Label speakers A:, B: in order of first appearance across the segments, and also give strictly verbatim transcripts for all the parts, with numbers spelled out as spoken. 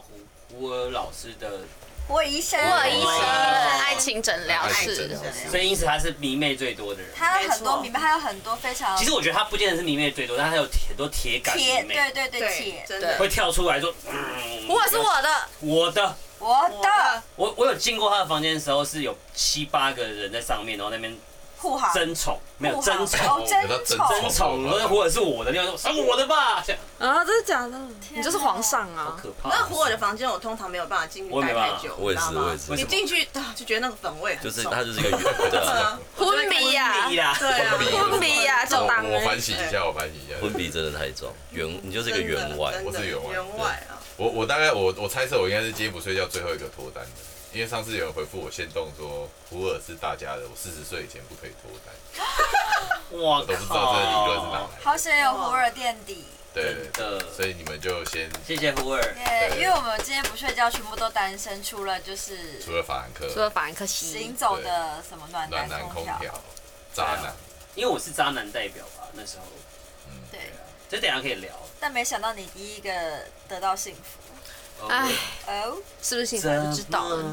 A: 胡胡尔老师的。
B: 胡尔医生，
C: 胡尔医生，爱情诊疗室，
A: 所以因此他是迷妹最多的人。
B: 他有很多迷妹，还有很多非常。
A: 其实我觉得他不见得是迷妹最多，但他有很多铁杆迷妹。
B: 对对对，铁，
C: 真的
A: 会跳出来说，嗯，
C: 胡尔是我的，
A: 我的，
B: 我的。
A: 我我有进过他的房间的时候，是有七八个人在上面，然后那边。争宠没有争宠，争宠，我说胡尔是我的，另外说是我的吧，这样
C: 啊，真的假的？你就是皇上啊，
A: 好可怕。
D: 那胡尔的房间我通常没有办法进去待太久，
E: 我也是，我也是。
D: 你进去就觉得那个粉味很
E: 重，就是它就是一个圆的，
C: 昏迷呀，
D: 对啊，
C: 昏迷呀，就当
F: 我反省一下，我反省一下，
E: 昏迷真的太重，员你就是一个员外，
F: 我是员外，
D: 员外啊。
F: 我我大概我我猜测我应该是今天不睡觉最后一个脱单的。因为上次有人回复我限动说胡尔是大家的，我四十岁以前不可以脱单。
A: 哇，
F: 我都不知道这个理论是哪来的。
B: 好险有胡尔垫底。
F: 对的，所以你们就先
A: 谢谢胡尔。
B: 对，因为我们今天不睡觉，全部都单身，除了就是
F: 除了法兰克，
C: 除了法兰克西
B: 行走的什么暖
F: 暖
B: 男
F: 空调，渣男。
A: 因为我是渣男代表吧，那时候。
B: 嗯，对。
A: 这等下可以聊。
B: 但没想到你第一个得到幸福。
C: 哎，
B: 哦，
C: 是不是幸福就知道了？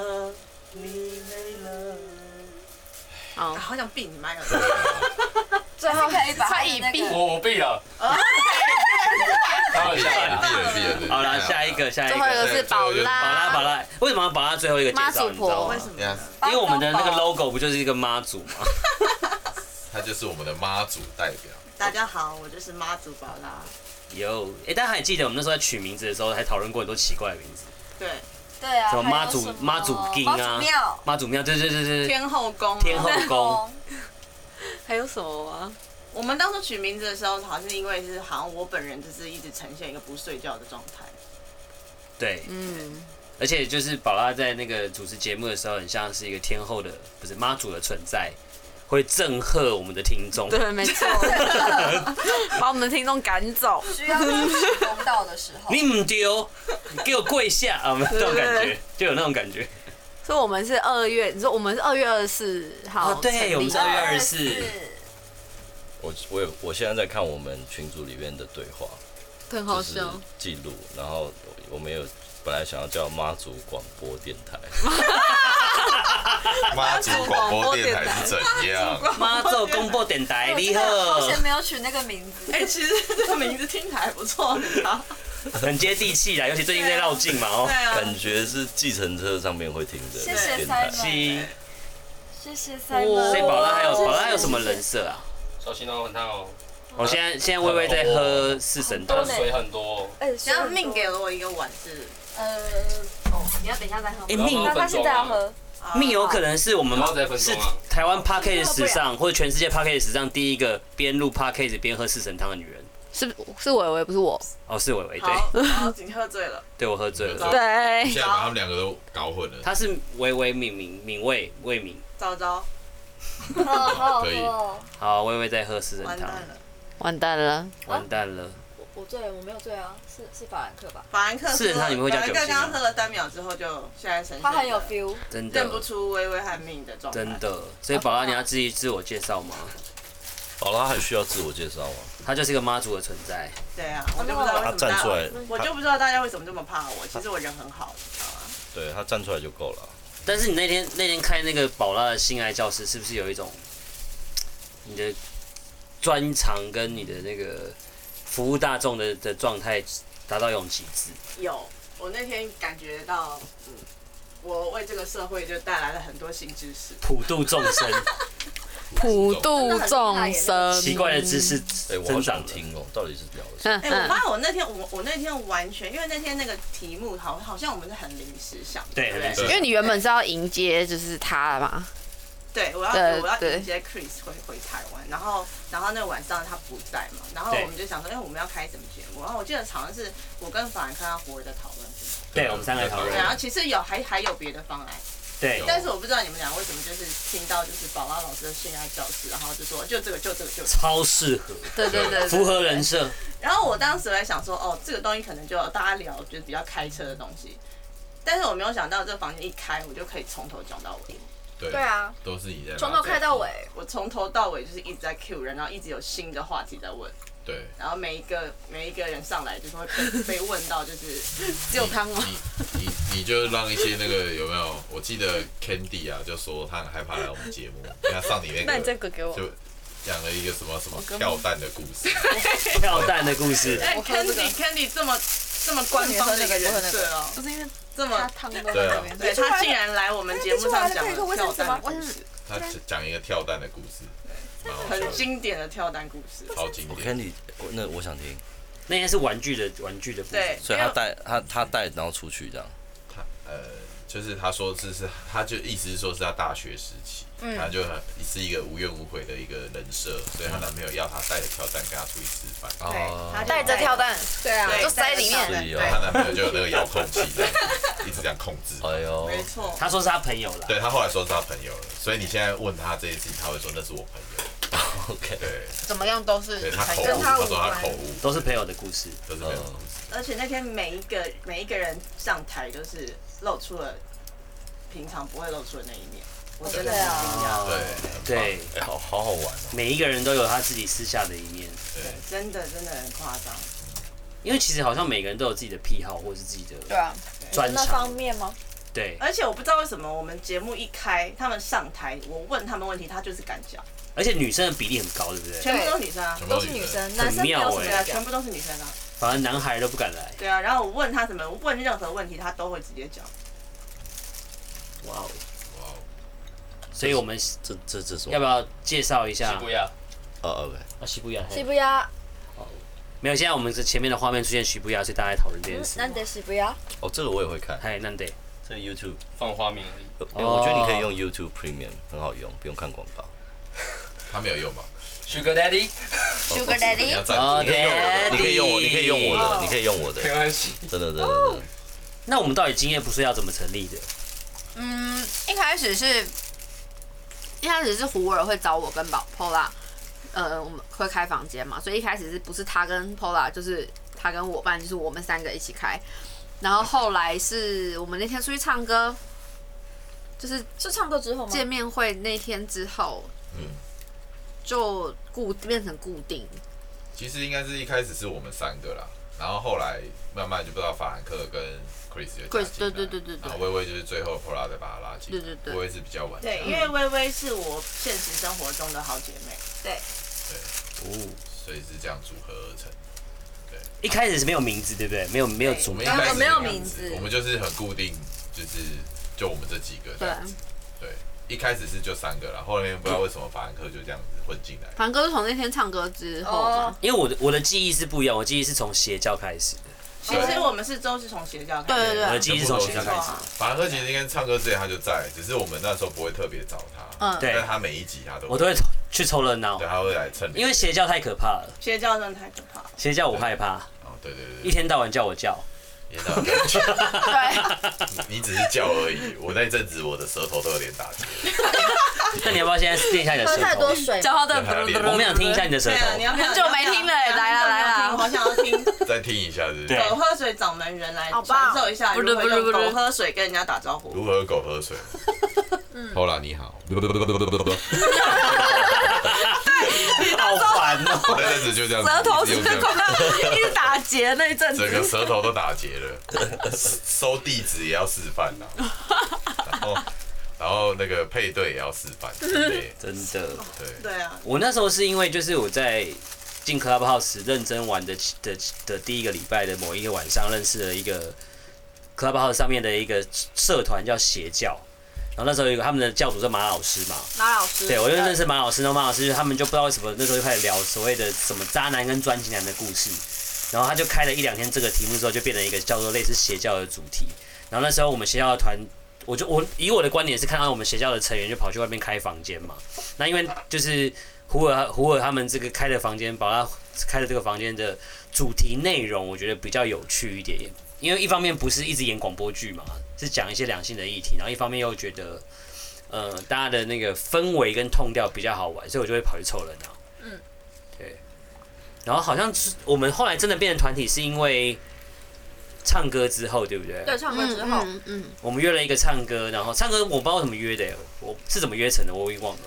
D: 哦，好想闭你麦了。
B: 最后可以把
C: 他已闭，
A: 我我闭了。
F: 开玩笑，你闭了，闭了。
A: 好了，下一个，下一个。
C: 最后一个是宝拉，
A: 宝拉，宝拉。为什么要宝拉最后一个介绍？
C: 妈祖婆。
D: 为什么？
A: 因为我们的那个 logo 不就是一个妈祖吗？
F: 他就是我们的妈祖代表。
D: 大家好，我就是妈祖宝拉。
A: 有，哎，大家还记得我们那时候在取名字的时候，还讨论过很多奇怪的名字。
D: 对。
B: 对啊。
A: 什么妈祖妈祖经啊？妈祖庙，对对对对。
D: 天后宫。
A: 天后宫。
C: 还有什么吗？
D: 我们当初取名字的时候，好像是因为是好像我本人就是一直呈现一个不睡觉的状态。
A: 对，嗯。而且就是宝拉在那个主持节目的时候，很像是一个天后的，不是妈祖的存在。会震吓我们的听众，
C: 对，没错，把我们的听众赶走。
B: 需要公道的时候，
A: 你唔丢，你给我跪下啊！这种感觉，就有那种感觉。
C: 所以我们是二月，你说我们是二月二十四号，
A: 对，我们是二月二十四。
E: 我我有，我现在在看我们群组里面的对话，
C: 很好笑，
E: 记录。然后我们有本来想要叫妈祖广播电台。
F: 妈祖广播电台是怎样？
A: 妈祖广播电台，你好。
B: 好险没有取那个名字。
D: 哎，其实这个名字听起来还不错，你知道？
A: 很接地气啦，尤其最近在绕境嘛，哦。
E: 感觉是计程车上面会听的
B: 电台。谢谢 Simon。谢谢 Simon。
A: 所以宝拉还有宝拉还有什么人设啊？
G: 小心哦，很烫哦。
A: 我现在现在微微在喝四神汤，
G: 水很多。
B: 哎，
D: 然后命给了我一个碗是，
B: 呃，哦，你要等一下再喝。
A: 哎，命
B: 他现在要喝。
A: 命有可能是我们是台湾 Podcast 史上或者全世界 Podcast 史上第一个边录 Podcast 边喝四神汤的女人。
C: 是是伟伟，不是我。
A: 哦，是伟伟，对。
D: 好，你喝醉了。
A: 对，我喝醉了。
C: 对。
F: 现在把他们两个都搞混了。
A: 他是伟伟敏敏敏卫卫敏。
D: 糟糟。
F: 可以。
A: 好，微微在喝四神汤。
C: 完蛋了。
A: 完蛋了。
B: 我醉了，我没有醉啊，是是法兰克吧？
D: 法兰克
A: 是他，你们会加酒精。
D: 法兰克刚刚喝了三秒之后，就现在呈现。
B: 他很有 feel，
A: 真的
D: 认不出微微和命的状态。
A: 真的，所以宝拉，你要自己自我介绍吗？
E: 宝拉还需要自我介绍吗？
A: 他就是一个妈祖的存在。
D: 对啊，我就不知道为什么
E: 他站出来，
D: 我就不知道大家为什么这么怕我。其实我人很好，你知道吗？
E: 对他站出来就够了。
A: 但是你那天那天开那个宝拉的性爱教室，是不是有一种你的专长跟你的那个？服务大众的的状态达到一种极致。
D: 有，我那天感觉到，嗯，我为这个社会就带来了很多新知识。
A: 普度众生，
C: 普度众生，
A: 奇怪的知识
E: 哎，我好想听哦，到底是聊的什么？
D: 哎，我发现我那天我我那天完全，因为那天那个题目好好像我们是很临时想的，
A: 对，很临时。
C: 因为你原本是要迎接就是他嘛。
D: 对，我要我要迎接 Chris 回回台湾，然后然后那个晚上他不在嘛，然后我们就想说，哎，我们要开什么节目？然后我记得好像是我跟法兰克和胡儿在讨论，
A: 对，我们三个讨论。
D: 对，然后其实有还还有别的方案，
A: 对，
D: 但是我不知道你们俩为什么就是听到就是宝拉老师的性爱教室，然后就说就这个就这个就
A: 超适合，
C: 对对对，
A: 符合人设。
D: 然后我当时在想说，哦，这个东西可能就大家聊就是比较开车的东西，但是我没有想到这个房间一开，我就可以从头讲到尾。
F: 对
B: 对啊，
F: 都是你在
B: 从头开到尾，
D: 我从头到尾就是一直在 Q 人，然后一直有新的话题在问。
F: 对，
D: 然后每一个每一个人上来就是会被被问到，就是
C: 只有汤哦。
F: 你你你就让一些那个有没有？我记得 Candy 啊，就说他很害怕来我们节目，因为他上你那个，
C: 那你这个给我，
F: 就讲了一个什么什么跳蛋的故事，
A: 跳蛋的故事。
D: 哎 ，Candy Candy 这么这么官方的一个人设哦，
C: 不是因为
D: 这么
C: 汤都在那边，
D: 对他竟然来我们节目上讲了跳蛋的故事，
F: 他讲一个跳蛋的故事，
D: 很经典的跳蛋故事，
F: 超经典。
E: 我看你，那我想听。
A: 那应该是玩具的玩具的部分。
D: 对，
E: 所以他带他他带然后出去这样。
F: 他呃，就是他说这是，他就意思是说是他大学时期，他就很是一个无怨无悔的一个人设，所以她男朋友要她带着跳蛋跟她出去吃饭。
E: 哦，
C: 带着跳蛋，对啊，就塞里面。
F: 然后她男朋友就有那个遥控器，一直这样控制。
E: 哎呦，
D: 没错。
A: 他说是他朋友啦。
F: 对他后来说是他朋友了，所以你现在问他这件事情，他会说那是我朋友。
E: OK，
F: 对，
C: 怎么样都是
F: 对他口误，
C: 跟他
F: 他说他口误，
A: 都是朋友的故事，
F: 都是朋友的故事。
D: 而且那天每一个每一个人上台都是露出了平常不会露出的那一面，我真的很惊讶。
F: 对
A: 对，
E: 哎，好好好玩哦。
A: 每一个人都有他自己私下的一面。
F: 对，
D: 真的真的很夸张。
A: 因为其实好像每个人都有自己的癖好，或是自己的
C: 对啊
A: 专
B: 那方
A: 长。
B: 面吗？
A: 对，
D: 而且我不知道为什么我们节目一开，他们上台，我问他们问题，他就是敢讲，
A: 而且女生的比例很高，对不对？
D: 全部都是女生啊，
B: 都
F: 全部都
B: 是女生，男生没有什么
D: 对啊，
B: 讲
D: 全部都是女生啊，
A: 反而男孩都不敢来。
D: 对啊。然后我问他什么，我问任何问题，他都会直接讲。
A: 哇哦！
F: 哇哦，
A: 所以我们
E: 这这这什么？
A: 要不要介绍一下？
G: 西布亚，
E: 哦 OK，
A: 啊，西布亚。
B: 西布亚，
A: 没有，现在我们这前面的画面出现西布亚，所以大家在讨论这件事。
B: 难得西布亚，
E: 哦，这个我也会看。
A: 嗨，难得。
E: 这个 YouTube，
G: 放画面而已。
E: 哎我觉得你可以用 YouTube Premium，很好用，不用看广告。
F: 他没有用吧？
G: Sugar Daddy，
B: Sugar
F: 你
B: Daddy，
F: 要赞
A: 哦
F: 助，
E: 你可以用我，你可以用我的，你可以用我的，
G: 没关系。
E: 真的真的真的。
A: 那我们到底今夜不睡要怎么成立的？
C: 嗯，一开始是，一开始是胡尔会找我跟宝 Pola， 呃，我们会开房间嘛，所以一开始是不是他跟 Pola， 就是他跟我伴，就是我们三个一起开。然后后来是我们那天出去唱歌，就是
B: 是唱歌之后吗？
C: 见面会那天之后，
F: 嗯，
C: 就固变成固定。
F: 其实应该是一开始是我们三个啦，然后后来慢慢就不知道法兰克跟 Chris 就加进来
C: Chris，对对对对对
F: 然后微微就是最后 Pola 再把他拉进来，
C: 对对对
F: 微微是比较晚，
D: 对，因为微微是我现实生活中的好姐妹。
B: 对，
A: 哦，
F: 所以是这样组合而成。
A: 一开始是没有名字，对不对？没有没有组名
F: 我们一。开始
B: 没有
F: 这样
B: 名字
F: 我们就是很固定，就是就我们这几个这
C: 对，
F: 样子。对，一开始是就三个啦，后面不知道为什么法兰克就这样子混进来。
C: 凡哥是从那天唱歌之后嘛，
A: 因为我的我的记忆是不一样，我记忆是从邪教开始的。
D: 其实我们是都是从邪教开始。
C: 对对对，
A: 我的记忆是从邪教开始。
F: 法兰克其实应该唱歌之前他就在，只是我们那时候不会特别找他。
C: 嗯，
A: 对
F: 但他每一集他都
A: 我都会去凑热闹
F: 对，，他会来蹭。
A: 因为邪教太可怕了，
D: 邪教真的太可怕了。
A: 邪教我害怕，
F: 哦，对对对
A: 一天到晚叫我叫。
F: 一天到晚跟我叫
C: 对，
F: 你只是叫而已。我那阵子我的舌头都有点打结。
A: 那你要不要现在练一下你的舌
B: 喝太多
A: 头？
B: 水，
C: 叫他的，
A: 我们想听一下你的舌
D: 对啊，你
A: 头。
D: 要不要？
C: 很久没听了耶来啦来啦
D: 我好想要听。
F: 再听一下，是不是？
A: 对
D: 狗喝水掌门人来
B: 好棒
D: 传授一下
C: 不是
D: 如何用
C: 不是不是
D: 狗喝水跟人家打招呼。
F: 如何狗喝水？Pola 你好。
A: 好烦哦！
F: 我那阵子就这样子，
C: 舌头是
F: 一直用这样
C: 快要一直打结那一阵子，
F: 整个舌头都打结了，收地址也要示范呐，然后然后那个配对也要示范，对
A: 真的，
F: 对，
D: 对啊，
A: 我那时候是因为就是我在进 Clubhouse 认真玩的的的第一个礼拜的某一个晚上，认识了一个 Clubhouse 上面的一个社团叫邪教。然后那时候有一个他们的教主是马老师嘛，
C: 马老师，
A: 对我就认识马老师，然后马老师他们就不知道为什么那时候就开始聊所谓的什么渣男跟专情男的故事，然后他就开了一两天这个题目之后，就变成一个叫做类似邪教的主题。然后那时候我们学校的团，我就我以我的观点是看到我们邪教的成员就跑去外面开房间嘛，那因为就是胡尔胡尔他们这个开的房间，宝拉开的这个房间的主题内容，我觉得比较有趣一点。因为一方面不是一直演广播剧嘛，是讲一些两性的议题，然后一方面又觉得，呃，大家的那个氛围跟痛调比较好玩，所以我就会跑去凑热闹。嗯，对。然后好像是我们后来真的变成团体，是因为唱歌之后，对不对？
B: 对，唱歌之后，
C: 嗯嗯，
A: 我们约了一个唱歌，然后唱歌我不知道怎么约的，我是怎么约成的，我已经忘了。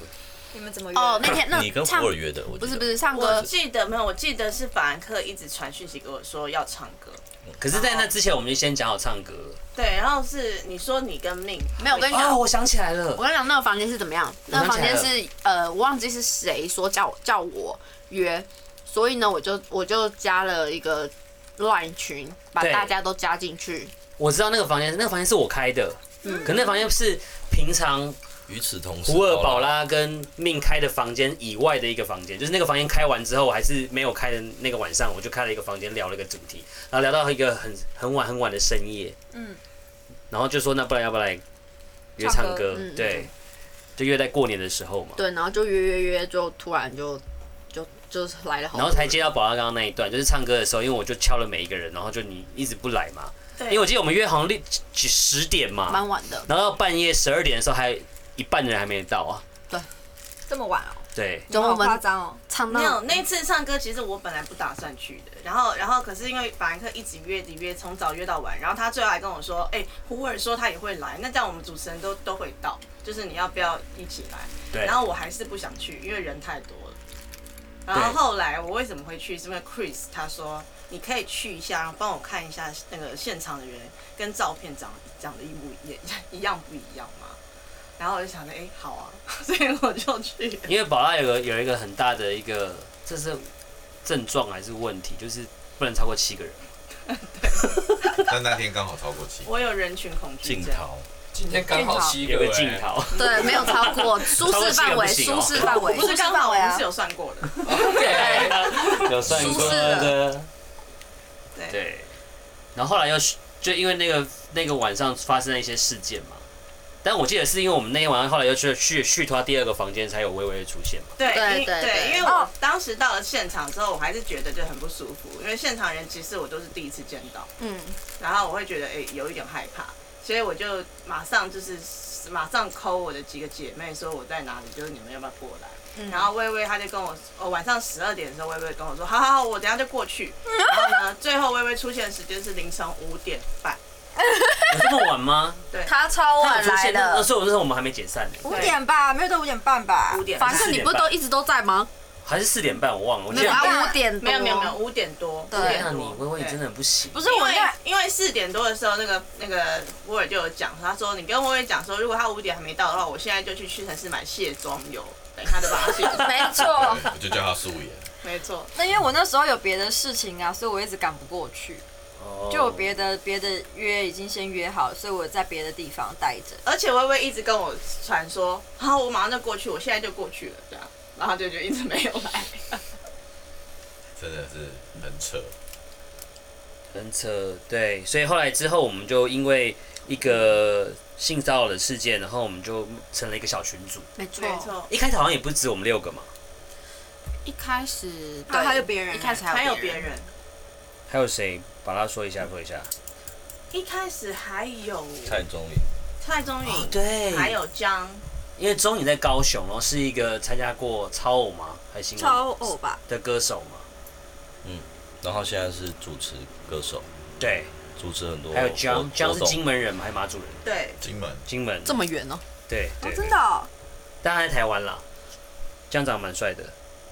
B: 你们怎么约？
C: 哦，那天那
E: 你跟
C: 唱
E: 福尔约的，我记得
C: 不是不是唱
D: 我
C: 歌，
D: 记得没有，我记得是法兰克一直传讯息给我说要唱歌。
A: 可是，在那之前我们就先讲好唱歌了。
D: 对，然后是你说你跟命
C: 没有我跟你讲
A: 哦，我想起来了
C: 我，跟你讲那个房间是怎么样？那个房间
A: 想起
C: 是呃，我忘记是谁说叫叫我约，所以呢，我就我就加了一个 LINE 群，把
A: 对
C: 大家都加进去。
A: 我知道那个房间，那个房间是我开的，嗯，可那个房间是平常
E: 与此同时，
A: 胡尔宝拉跟命开的房间以外的一个房间，就是那个房间开完之后，我还是没有开的那个晚上，我就开了一个房间聊了一个主题，然后聊到一个很很晚很晚的深夜，嗯，然后就说那不然要不要来约唱歌？
C: 唱歌嗯
A: 对，就约在过年的时候嘛，
C: 对，然后就约约约，就突然就就就来了好多人，
A: 然后才接到宝拉刚刚那一段，就是唱歌的时候，因为我就敲了每一个人，然后就你一直不来嘛，
D: 对，
A: 因为我记得我们约好像六十点嘛，
C: 蛮晚的，
A: 然后到半夜十二点的时候还一半人还没到啊，
B: 这么晚哦，
A: 对，
B: 你们好
C: 就我们
B: 夸张哦。
C: 唱
D: 没有
C: 到
D: 那次唱歌，其实我本来不打算去的，然后然后可是因为法兰克一直约一直约，从早约到晚，然后他最后还跟我说，哎、胡尔说他也会来，那这样我们主持人都都会到，就是你要不要一起来？
A: 对
D: 然后我还是不想去，因为人太多了。然后后来我为什么会去？是因为 Chris 他说你可以去一下，然后帮我看一下那个现场的人跟照片长长得一模一样，一样不一样吗？然后我就想着，哎、好啊，所以我就去了。
A: 因为宝拉有个有一个很大的一个，这是症状还是问题，就是不能超过七个人。
F: 但那天刚好超过七。
D: 我有人群恐惧症。
E: 镜头，
G: 今天刚好七个
A: 有个
G: 欸
A: 镜头，
C: 对，没有超过舒适范围，舒
A: 超过七个不行哦
C: 适范围，
D: 不是刚好，我们是有算过的。
A: 有算过
C: 舒适
A: 的，
D: 对，
A: 对。然后后来又就因为那个那个晚上发生了一些事件嘛，但我记得是因为我们那天晚上后来又去续续拖第二个房间，才有微微的出现嘛。
D: 对因
C: 对对对
D: 对，因为我当时到了现场之后，我还是觉得就很不舒服，因为现场人其实我都是第一次见到，
C: 嗯，
D: 然后我会觉得哎、有一点害怕，所以我就马上就是马上 call 我的几个姐妹说我在哪里，就是你们要不要过来？然后薇薇她就跟我，哦晚上十二点的时候，薇薇跟我说，好好好，我等一下就过去。然后呢，最后薇薇出现的时间是凌晨五点半。
A: 有这么晚吗？
D: 对，
B: 他超晚来
A: 他有出现，那
B: 的，
A: 时候我那时候我们还没解散呢，
B: 五点吧，没有到五点半吧？
D: 五点
C: 反正你不是都一直都在吗？
A: 还是四点半，我忘了。我记得
C: 然后五点多
D: 没有没有没有，五点多，
B: 对
D: 五点
A: 那你
D: 多。
A: 微微真的很不行。
B: 不是
D: 因为
B: 我那
D: 因为四点多的时候，那个那个威尔就有讲，他说你跟威威讲说，如果他五点还没到的话，我现在就去屈臣氏买卸妆油，等他就把他卸妆。
B: 没错。
F: 对我就叫他素颜。
D: 没错，
B: 那因为我那时候有别的事情啊，所以我一直赶不过去。
A: 哦
B: 就有别的别的约已经先约好，所以我在别的地方待着。
D: 而且薇薇一直跟我传说，好，我马上就过去，我现在就过去了，这样，然后就就一直没有来。
F: 真的是很扯。
A: 很扯，对，所以后来之后我们就因为一个性骚扰的事件，然后我们就成了一个小群组。
C: 没错，
D: 没错，
A: 一开始好像也不止我们六个嘛，
C: 一开始
B: 啊
C: 对
B: 还有别人
C: 一开始
D: 还有
C: 别
D: 别人，
A: 还有谁？把他说一下，说一下。
D: 一开始还有
E: 蔡宗颖，
D: 蔡宗颖，
A: 哦对
D: 还有江，
A: 因为钟颖在高雄，然后是一个参加过超偶嘛，还新
B: 超偶吧，
A: 的歌手嘛，
E: 然后现在是主持歌手，
A: 对，
E: 主持很多
A: 还有
E: 活
A: 江，江是
E: 活动
A: 金门人嘛，还马祖人，
D: 对，
F: 金门
A: 金门
C: 这么远哦，
A: 对对，
B: 哦，真的哦，
A: 但他在台湾啦，江长蛮帅的，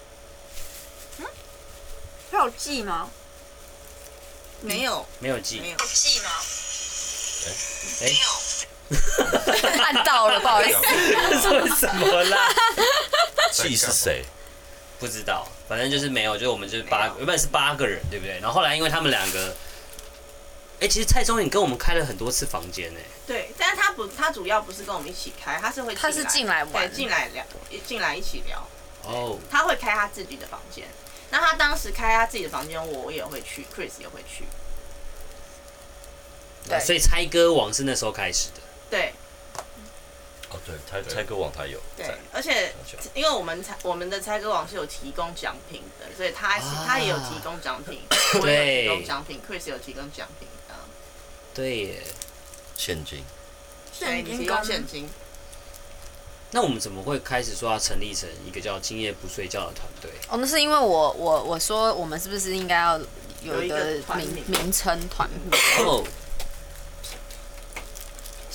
B: 他有记吗？
D: 没有
A: 没有记
D: 没，有，
B: 记吗？
A: 哎，
C: 按到了，不好意思，
A: 说什么啦？
E: 季是谁？
A: 不知道，反正就是没有，就是我们就是八，原本是八个人，对不对？然后后来因为他们两个，哎、其实蔡宗颖跟我们开了很多次房间呢。
D: 对，但是他不，他主要不是跟我们一起开，他是会
C: 他是进来玩
D: 对，进来聊，进来一起聊，
A: 哦，
D: 他会开他自己的房间。那他当时开他自己的房间，我也会去 ，Chris 也会去。
C: 对
A: 所以猜歌王是那时候开始的。
D: 对
E: 哦，对，猜猜歌网他有
D: 对
E: 在，
D: 而且
E: 很久
D: 因为我们猜我们的猜歌网是有提供奖品的，所以他是、
A: 啊
D: 他也有提供奖品，我也有提供奖品，Chris 有提供奖品啊，
A: 对耶，
E: 现金，
D: 对，你提供现金。
A: 那我们怎么会开始说要成立成一个叫“今夜不睡觉”的团队？
C: 哦，那是因为我我我说我们是不是应该要有一
D: 有一
C: 个
D: 个团
C: 名
D: 名
C: 名称团名？
A: 哦，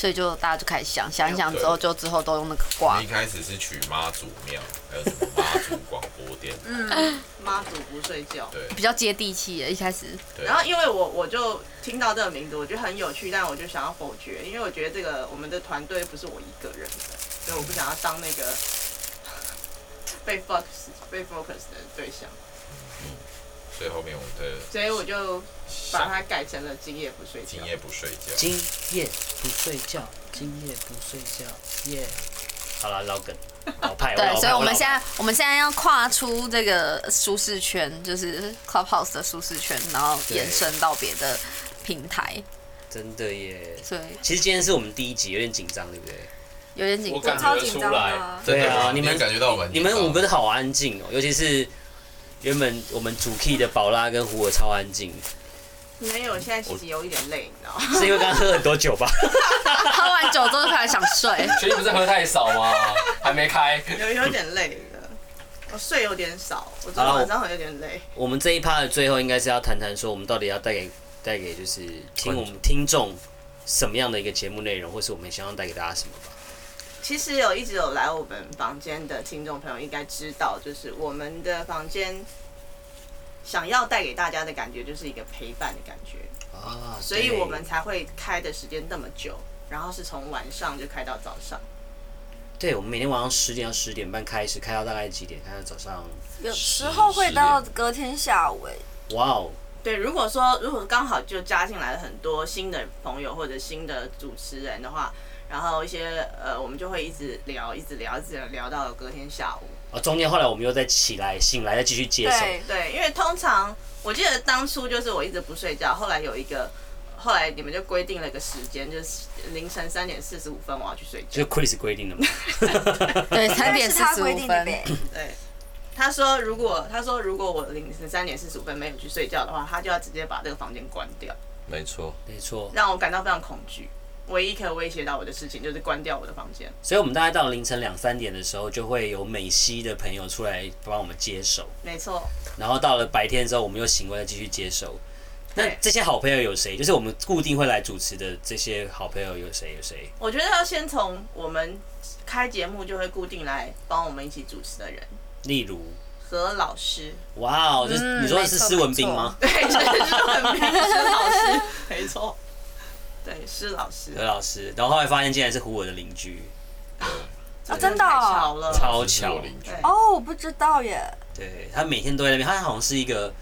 C: 所以就大家就开始想想一想之后，就之后都用那个挂
F: 我们一。开始是取妈祖庙，还有什么妈祖广播电台，
D: 嗯，妈祖不睡觉。
F: 对
C: 比较接地气的，一开始。
F: 对。
D: 然后因为我我就听到这个名字，我觉得很有趣，但我就想要否决，因为我觉得这个我们的团队不是我一个人的，所以我不想要当那个被 focus 被 focus 的对象，
F: 所以后面我们的
D: 所以我就把它改成了今夜不睡觉。
F: 今夜不睡觉，
A: 今夜不睡觉，今夜不睡觉，耶、好了，老梗，老派。
C: 对，
A: 老派
C: 所以我们
A: 老派
C: 现在我们现在要跨出这个舒适圈，就是 Clubhouse 的舒适圈，然后延伸到别的平台。
A: 真的耶。
C: 所以
A: 其实今天是我们第一集，有点紧张，对不对？
C: 有点紧
G: 我
C: 张。
G: 感觉得
B: 超紧张的
G: 出来，
B: 啊。
A: 对啊，你们
F: 你们感觉到我们
A: 你们五个都好安静哦，尤其是原本我们主 key 的宝拉跟胡儿超安静，
D: 没有，现在其实有一点累，你知道吗？
A: 是因为刚刚喝很多酒吧？
C: 喝完酒之后就开始想睡。
G: 确定不是喝太少吗？还没开。
D: 有有点累的，我睡有点少，我昨天晚上有点累。
A: 我们这一趴的最后应该是要谈谈说，我们到底要带给带给就是听我们听众什么样的一个节目内容，或是我们想要带给大家什么吧。
D: 其实有一直有来我们房间的听众朋友应该知道，就是我们的房间想要带给大家的感觉就是一个陪伴的感觉，
A: 啊，
D: 所以我们才会开的时间那么久，然后是从晚上就开到早上。
A: 对，我们每天晚上十点到十点半开始，开到大概几点？开到早上。
B: 有时候会到隔天下午哎。
A: 哇哦，
D: 对，如果说如果刚好就加进来了很多新的朋友或者新的主持人的话，然后一些呃，我们就会一直聊，一直聊，一直聊到隔天下午。
A: 啊，中间后来我们又再起来，醒来再继续接手。
B: 对
D: 对，因为通常我记得当初就是我一直不睡觉，后来有一个，后来你们就规定了一个时间，就是凌晨三点四十五分我要去睡觉。
A: 就 Chris 规定的嘛。
C: 对，三点
B: 是他
C: 四十五分。
B: 规定的呗。
D: 对，他说如果他说如果我凌晨三点四十五分没有去睡觉的话，他就要直接把这个房间关掉，
E: 没错，
A: 没错。
D: 让我感到非常恐惧。唯一可以威胁到我的事情就是关掉我的房间。
A: 所以我们大概到凌晨两三点的时候，就会有美西的朋友出来帮我们接手。
D: 没错。
A: 然后到了白天之后，我们又醒过来继续接手。那
D: 对
A: 这些好朋友有谁？就是我们固定会来主持的这些好朋友有谁？有谁？
D: 我觉得要先从我们开节目就会固定来帮我们一起主持的人，
A: 例如，
D: 何老师。
A: 哇哦，这是
C: 嗯
A: 你说的是施文斌吗？
D: 对，就是施文斌施老师，没错。对，施老师。
A: 何老师，然后后来发现竟然是胡尔的邻居，
B: 啊，真的
D: 太
B: 哦。
D: 巧了。
A: 超巧
F: 是我。邻居
D: 对。
B: 哦，我不知道耶。
A: 对他每天都在那边，他好像是一个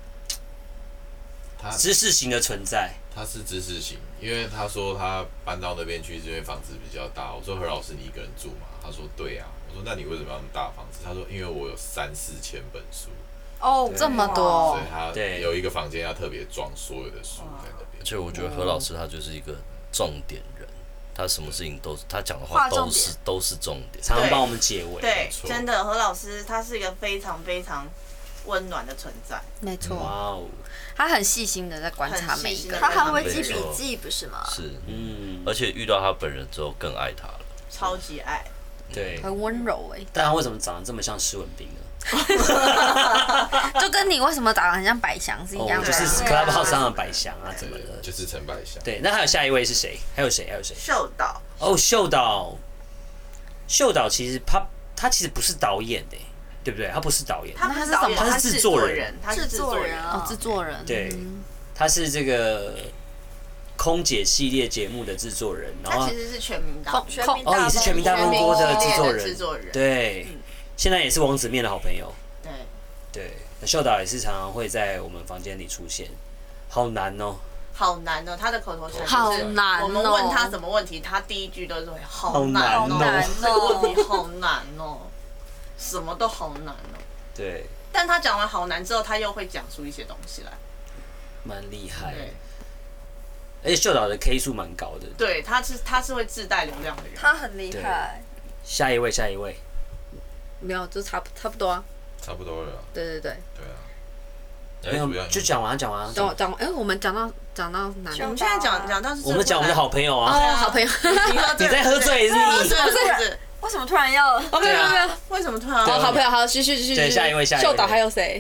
F: 他
A: 知识型的存在。
F: 他是知识型，因为他说他搬到那边去，这边房子比较大。我说何老师，你一个人住吗？他说对啊。我说那你为什么要那么大房子？他说因为我有三四千本书，
B: 哦，
C: 这么
B: 哇
C: 多
F: 所以他
A: 对
F: 有一个房间要特别装所有的书在那边
E: 而。且我觉得何老师他就是一个重点人，他什么事情都是他讲的话都
B: 划重点
E: 是都是重点。
A: 常常帮我们解围。
D: 对，
F: 错
D: 真的，何老师他是一个非常非常温暖的存在。
A: 哇
C: 没错，
A: 哦，
C: 他很细心的在观察每一个人。
B: 他还会记
E: 没错
B: 笔记，不是吗？
E: 是，
A: 嗯，
E: 而且遇到他本人之后更爱他了。
D: 超级爱。
A: 对。
C: 很温柔哎、
A: 但他为什么长得这么像施文斌呢？
C: 就跟你为什么长得很像百祥是一样
A: 哦，
C: 的。
A: 就是
B: 对啊
A: Clubhouse 上的百祥啊，怎么
F: 对
A: 的？
F: 就是陈百祥。
A: 对，那还有下一位是谁？还有谁？还有谁？
D: 秀导。
A: 哦，秀导，秀导其实他他其实不是导演的，对不对？他不是导演，
D: 他不是导演，
A: 他是
D: 他制
A: 制作人
D: 人，他是制作人。
C: 哦，制作人。
A: 对
C: 嗯
A: 他是这个空姐系列节目的制作人，然后
D: 他其实是全民大
B: 全民大
A: 哦也是全民大
B: 风
A: 风波的
B: 波
A: 制作人，
D: 制作人。
A: 对，
D: 嗯
A: 现在也是王子面的好朋友。
D: 对。
A: 对，那秀导也是常常会在我们房间里出现，好难哦。
D: 好难哦，他的口头禅
C: 好
D: 就是
C: 难哦
D: 我们问他什么问题，他第一句都是会好
A: 好难
D: 难
A: 哦
D: 哦，这个问题好难哦，什么都好难哦。
A: 对，
D: 但他讲完好难之后，他又会讲出一些东西来。
A: 蛮厉害的
D: 对，
A: 而且秀导的 K 数蛮高的。
D: 对，他是他是会自带流量的人。
B: 他很厉害。
A: 下一位，下一位，
C: 没有，就差不差不多啊。
F: 差不多了啊。
C: 对对对，
F: 对啊。
A: 没有
F: 主要
A: 就讲完，讲完。
C: 讲讲，哎，我们讲到讲到哪里？
D: 我们现在讲讲到是
A: 我们讲我们的好朋友啊，
C: 哦，好朋友。
D: 你喝醉了，
A: 你在喝醉是不是
D: 喝醉了是不是？
B: 为什么突然要？
C: OK
A: 对啊
C: OK。
D: 为什么突然
C: 哦，
D: 要？
C: 好朋友，好，继续继续继续。
A: 对下一位下一位
C: 秀导还有谁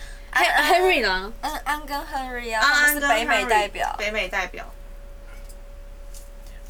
C: ？Henry 呢？
B: 嗯，安跟 Henry 啊，
D: 安
B: 他们是
D: 安跟
B: 北美
D: Henry，
B: 代表。
D: 北美代表。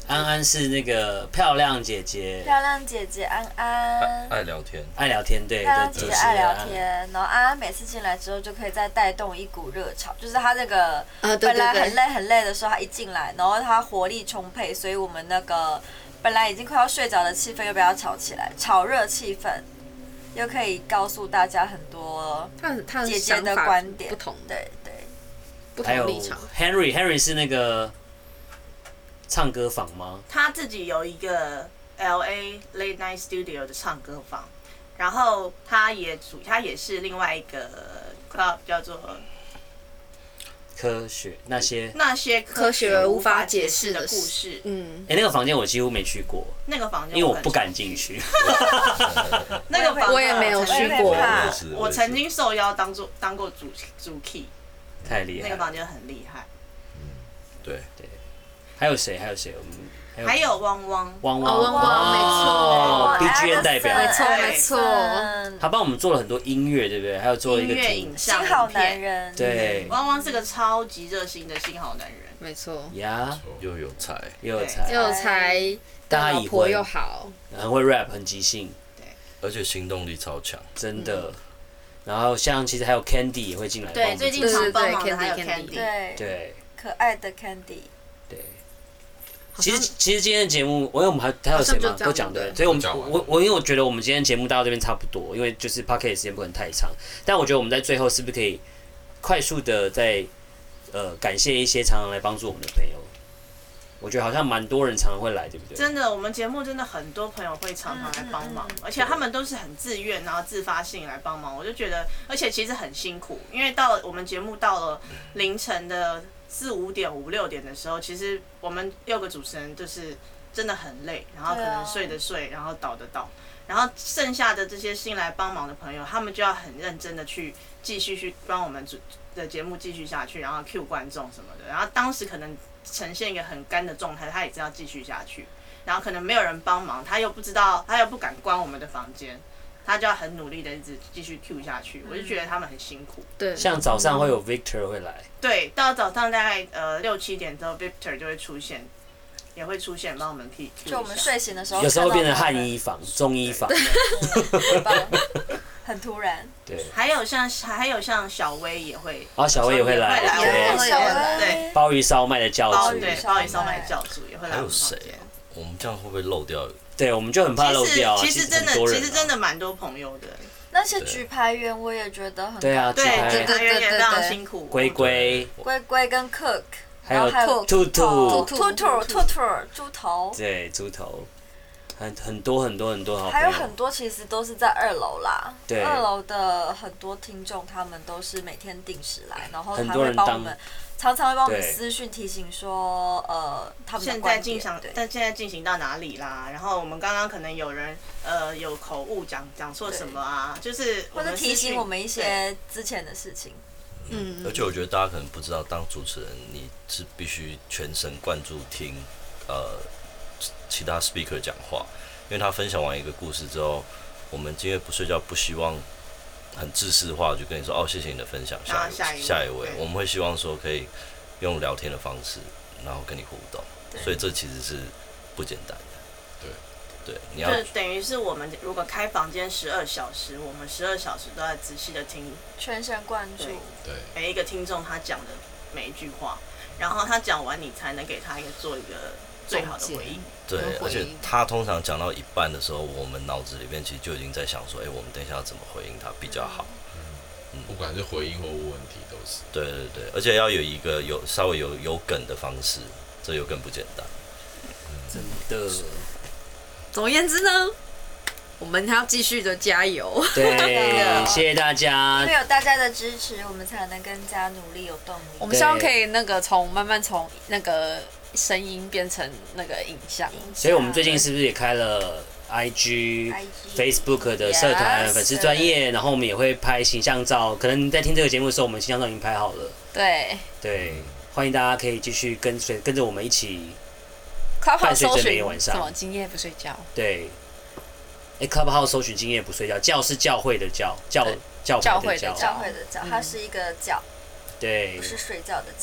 A: 安安是那个漂亮姐姐，
B: 漂亮姐姐安安，
E: 爱聊天，
A: 爱聊天，对，
B: 漂亮姐姐爱聊
A: 的主持人
B: 天，然后安安每次进来之后就可以再带动一股热潮，就是她那个
C: 呃，对
B: 本来
C: 对对，
B: 很累很累的时候，她一进来，然后她活力充沛，所以我们那个本来已经快要睡着的气氛又被她炒起来，炒热气氛，又可以告诉大家很多
C: 他很他的
B: 姐姐的
C: 想法
B: 观点
C: 不同的
B: 对对。
C: 不
A: 还有
C: 同立场。
A: Henry，Henry 是那个唱歌房吗？
D: 他自己有一个 L A Late Night Studio 的唱歌房，然后他也主他也是另外一个 club 叫做
A: 科学那些，
D: 那些
C: 科学无法
D: 解
C: 解释的
D: 的故事。
C: 嗯，
A: 哎、那个房间我几乎没去过，
D: 那个房间很
A: 因为我不敢进去。
D: 那个房
C: 我也没有去过
B: 我也怕
E: 我也是，
D: 我曾经受邀当做当过主主 key，
A: 太厉害了。
D: 那个房间很厉害。
E: 对，
A: 还有谁？还有谁？我们
D: 还有汪汪，
A: 汪
C: 哦汪汪
A: 哦
C: 没错
A: ，B G M 代表，
C: 没错
D: 对
C: 没错，
A: 他帮我们做了很多音乐，对不对？还有做了一个
D: 音乐
A: 图
D: 影像
B: 新好
D: 影片。
B: 男人，
A: 对
D: 汪汪是个超级热心的新好男人。
C: 没错，
A: 呀，
E: 又有才，
A: 又有才，
C: 又才
A: 大家已婚
C: 老婆又好，
A: 很会 rap，很即兴，
E: 而且行动力超强。
A: 真的。然后像其实还有 Candy 也会进来帮我
D: 对，
A: 们
D: 最近
A: 做
D: 常帮忙的
C: Candy，
D: 还有
C: Candy
D: Candy。
B: 对
A: 对
B: 可爱的 Candy，
A: 对。
C: 好像
A: 其实其实今天的节目，我因为我们还还有谁吗？
C: 好像就这样
A: 都讲对，
C: 对
A: 所以我们
F: 都讲完了
A: 我我因为我觉得我们今天节目到这边差不多，因为就是 Podcast 时间不能太长，但我觉得我们在最后是不是可以快速的再呃感谢一些常常来帮助我们的朋友？我觉得好像蛮多人常常会来，对不对？
D: 真的，我们节目真的很多朋友会常常来帮忙，而且他们都是很自愿，然后自发性来帮忙。我就觉得，而且其实很辛苦，因为到了我们节目到了凌晨的四五点、五六点的时候，其实我们六个主持人就是真的很累，然后可能睡的睡，然后倒的倒，然后剩下的这些新来帮忙的朋友，他们就要很认真的去继续去帮我们主的节目继续下去，然后 cue 观众什么的。然后当时可能呈现一个很干的状态，他也是要继续下去。然后可能没有人帮忙，他又不知道，他又不敢关我们的房间，他就要很努力的一直继续 cue 下去。我就觉得他们很辛苦。
C: 对，
A: 像早上会有 Victor 会来，
D: 对，到早上大概呃六七点之后 ，Victor 就会出现，也会出现帮我们 cue。
B: 就我们睡醒的时候，
A: 有时候变成汉衣房、中医房，
B: 很棒，很突然。
A: 对。
D: 还有像还有像小薇也会，
A: 然后小薇也会来，
D: 也会
A: 对
D: 来，
C: 会
B: 小
C: 来
D: 对，
A: 鲍鱼烧麦的教主，
D: 包对包鱼烧麦教主也会来
E: 还有
D: 我们房
E: 谁
D: 间。
E: 啊？我们这样会不会漏掉？
A: 对，我们就很怕漏掉啊。
D: 其实其实真的
A: 很多人啊
D: 其实真的蛮多朋友的，
B: 那些举牌员我也觉得很
A: 对啊，
D: 对，
A: 举牌
D: 举牌员也非常辛苦。
A: 龟龟，
B: 龟龟跟 Cook，
A: 还有
B: 然后还有
A: 兔兔，
B: 兔兔兔兔猪头，
A: 对，猪头，很很多很多很多好朋
B: 还有
A: 友，
B: 很多其实都是在二楼啦。
A: 对
B: 二楼的很多听众他们都是每天定时来，然后
A: 很
B: 还
A: 多人当
B: 会帮我们，常常会帮我们
A: 对
B: 私讯提醒说，呃，他们的
D: 现在
B: 观
D: 进行，
B: 点对
D: 但现在进行到哪里啦？然后我们刚刚可能有人呃有口误讲讲错什么啊，就是
B: 或者提醒我们一
D: 对
B: 些之前的事情。
C: 嗯，
E: 而且我觉得大家可能不知道，当主持人你是必须全神贯注听呃其他 speaker 讲话，因为他分享完一个故事之后，我们今夜不睡觉不希望很自私化，就跟你说哦，谢谢你的分享，下一位
D: 然后下一位
E: 下一位，
D: 对
E: 我们会希望说可以用聊天的方式，然后跟你互动，所以这其实是不简单的。对，对，你要
D: 就等于是我们如果开房间十二小时，我们十二小时都在仔细的听
B: 全神贯注，
D: 对
F: 对，
D: 每一个听众他讲的每一句话，然后他讲完，你才能给他一个做一个最好的回应。
E: 对
C: 有，
E: 而且
C: 回应
E: 他通常讲到一半的时候，我们脑子里面其实就已经在想说，哎、我们等一下要怎么回应他比较好。
F: 不管是回应或问问题都是。
E: 对对对，而且要有一个有稍微有有梗的方式，这又更不简单。
A: 真的，
C: 总而言之呢，我们还要继续的加油。
A: 对，谢谢大
B: 因
A: 家
B: 为。有大家的支持，我们才能更加努力，有动力。
C: 我们希望可以那个从慢慢从那个声音变成那个影像。
A: 所以我们最近是不是也开了 I G、
B: I G
A: Facebook 的社团
B: Yes
A: 粉丝专业，然后我们也会拍形象照。可能你在听这个节目的时候，我们形象照已经拍好了。
C: 对
A: 对，欢迎大家可以继续跟随跟着我们一起。
C: ，Clubhouse
A: 伴随着
C: 搜寻
A: 每个晚上
C: 什么今夜不睡觉，
A: 对，哎、c l u b House 搜寻今夜不睡觉，教是教会的教，教教
C: 教会的
A: 会的教，
B: 教会的教，它是一个教，
A: 对
B: 不，是睡觉的觉。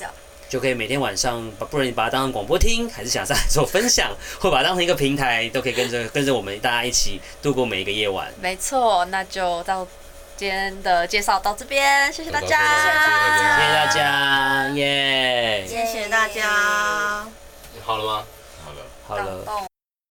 A: 就可以每天晚上把，不论你把它当成广播听，还是想上来做分享，或把它当成一个平台，都可以跟着跟着我们大家一起度过每一个夜晚。
B: 没错，那就到今天的介绍到这边，谢谢大家，
A: 谢谢大家，耶、
D: 谢谢大家。
G: 好了吗？
F: 好了。
A: 好了。